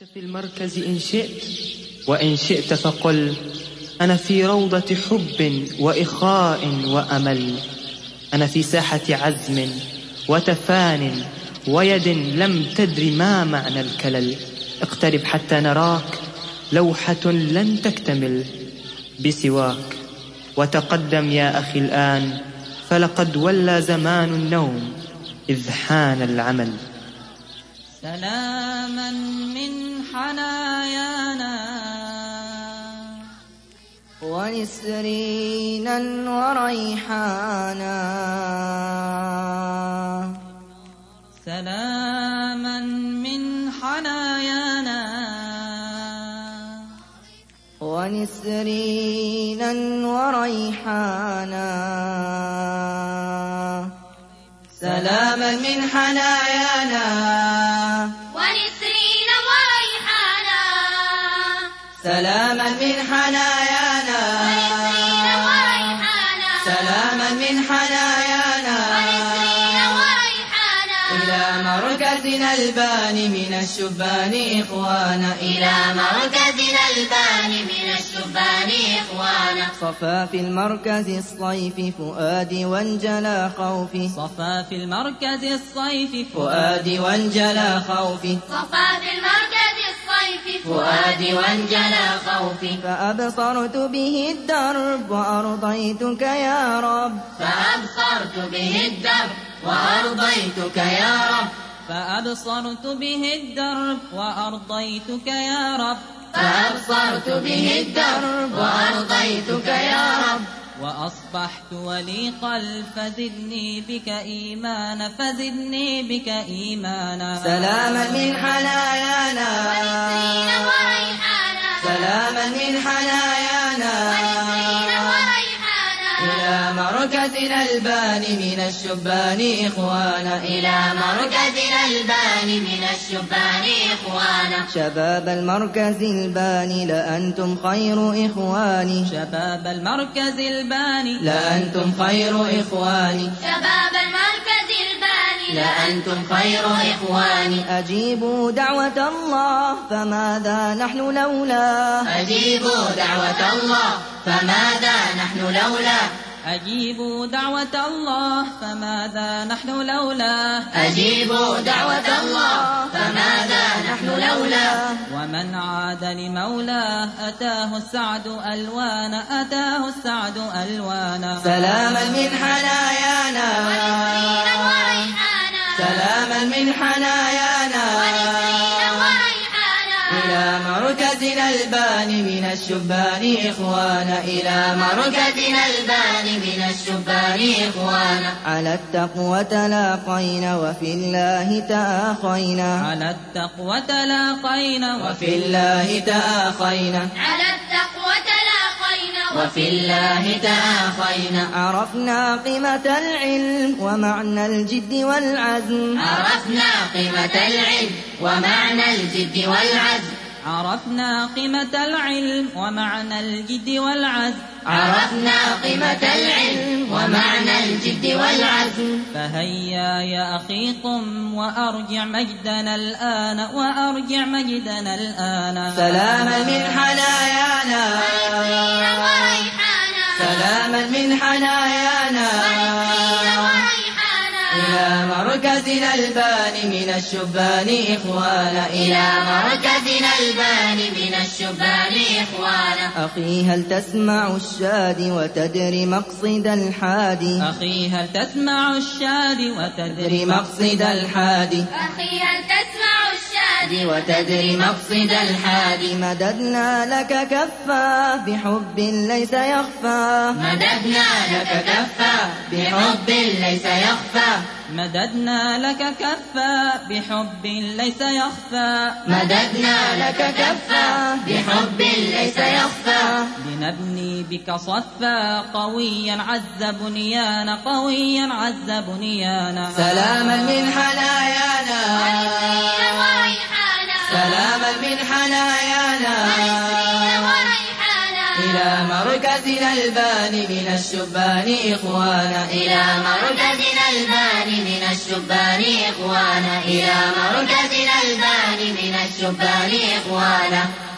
أنت في المركز إن شئت، وإن شئت فقل أنا في روضة حب وإخاء وأمل. أنا في ساحة عزم وتفان ويد لم تدر ما معنى الكلل. اقترب حتى نراك، لوحة لن تكتمل بسواك. وتقدم يا أخي الآن، فلقد ولى زمان النوم إذ حان العمل. سلاما من حنايانا ونسرينا وريحانا. سلاما من حنايانا ونسرينا وريحانا. سلاما من حنايانا ونسرينا وريحانا. سلاما من حنايانا ونسرينا وريحانا. سلاما من حنايانا ونسرينا وريحانا. إلى مركزنا الباني من الشبان إخوانا. إلى مركزنا الباني من الشبان إخوانا. صفا في المركز الصيف فؤادي وانجلى خوفي. صفا في المركز الصيف فؤادي وانجلى خوفي. صفا في المركز الصيف فؤادي وانجلى خوفي. فأبصرت به الدرب وأرضيتك يا رب. فأبصرت به الدرب وأرضيتك يا رب. فأبصرت به الدرب وأرضيتك يا رب. فأبصرت به الدرب وأرضيتك يا رب. وأصبحت ولي قلب فزدني بك إيمانا. فزدني بك إيمانا. سلاما من حنايانا ونسرينا وريحانا. سلاما من حنايانا ونسرينا وريحانا. إلى مركزنا الباني من الشبان إخوانا. إلى مركزنا الباني من الشبان إخوانا. شباب المركز الباني لأنتم خير إخواني. شباب المركز الباني لأنتم خير إخواني. شباب المركز الباني لأنتم خير إخواني. أجيبوا دعوة الله فماذا نحن لولا. أجيبوا دعوة الله فماذا نحن لولا. أجيبوا دعوة الله فماذا نحن لولا. أجيبوا دعوة الله فماذا نحن لولا. ومن عاد لمولاه أتاه السعد ألوانا. أتاه السعد ألوانا. سلاما من حنايانا ونسرينا وريحانا. سلاما من حنايانا ونسرينا وريحانا. إلى مركزنا الباني من الشبان إخوانا. إلى مركزنا الباني من الشبان إخوانا. على التقوى تلاقينا وفي الله تآخينا. على التقوى تلاقينا وفي الله تآخينا. على التقوى تلاقينا وفي الله تآخينا. عرفنا قيمة العلم ومعنى الجد والعزم. عرفنا قيمة العلم ومعنى الجد والعزم. عرفنا قيمة العلم ومعنى الجد والعزم. عرفنا قيمة العلم ومعنى الجد والعزم. فهيا يا أخي قم وأرجع مجدنا الآن. وأرجع مجدنا الآن. سلاما من حنايانا ونسرينا وريحانا. سلاما من حنايانا ونسرينا وريحانا. إلى مركزنا الباني من الشبان إخوانا. إلى مركزنا الباني من الشبان إخوانا. أخي هل تسمع الشادي وتدري مقصد الحادي. أخي هل تسمع الشادي وتدري مقصد الحادي. أخي هل تسمع الشادي وتدري مقصد الحادي. مددنا لك كفا بحب ليس يخفى. مددنا لك كفا بحب ليس يخفى. مددنا لك كفا بحب ليس يخفى. مددنا لك كفا بحب ليس يخفى. لنبني بك صفا قويا عز بنيانا. قويا عز بنيانا. سلاما من حنايانا ونسرينا وريحانا. سلاما من حنايانا ونسرينا وريحانا. إلى إلى مركزنا الباني من الشبان إخوانا إلى مركزنا الباني من الشبان إخوانا إلى مركزنا الباني من الشبان إخوانا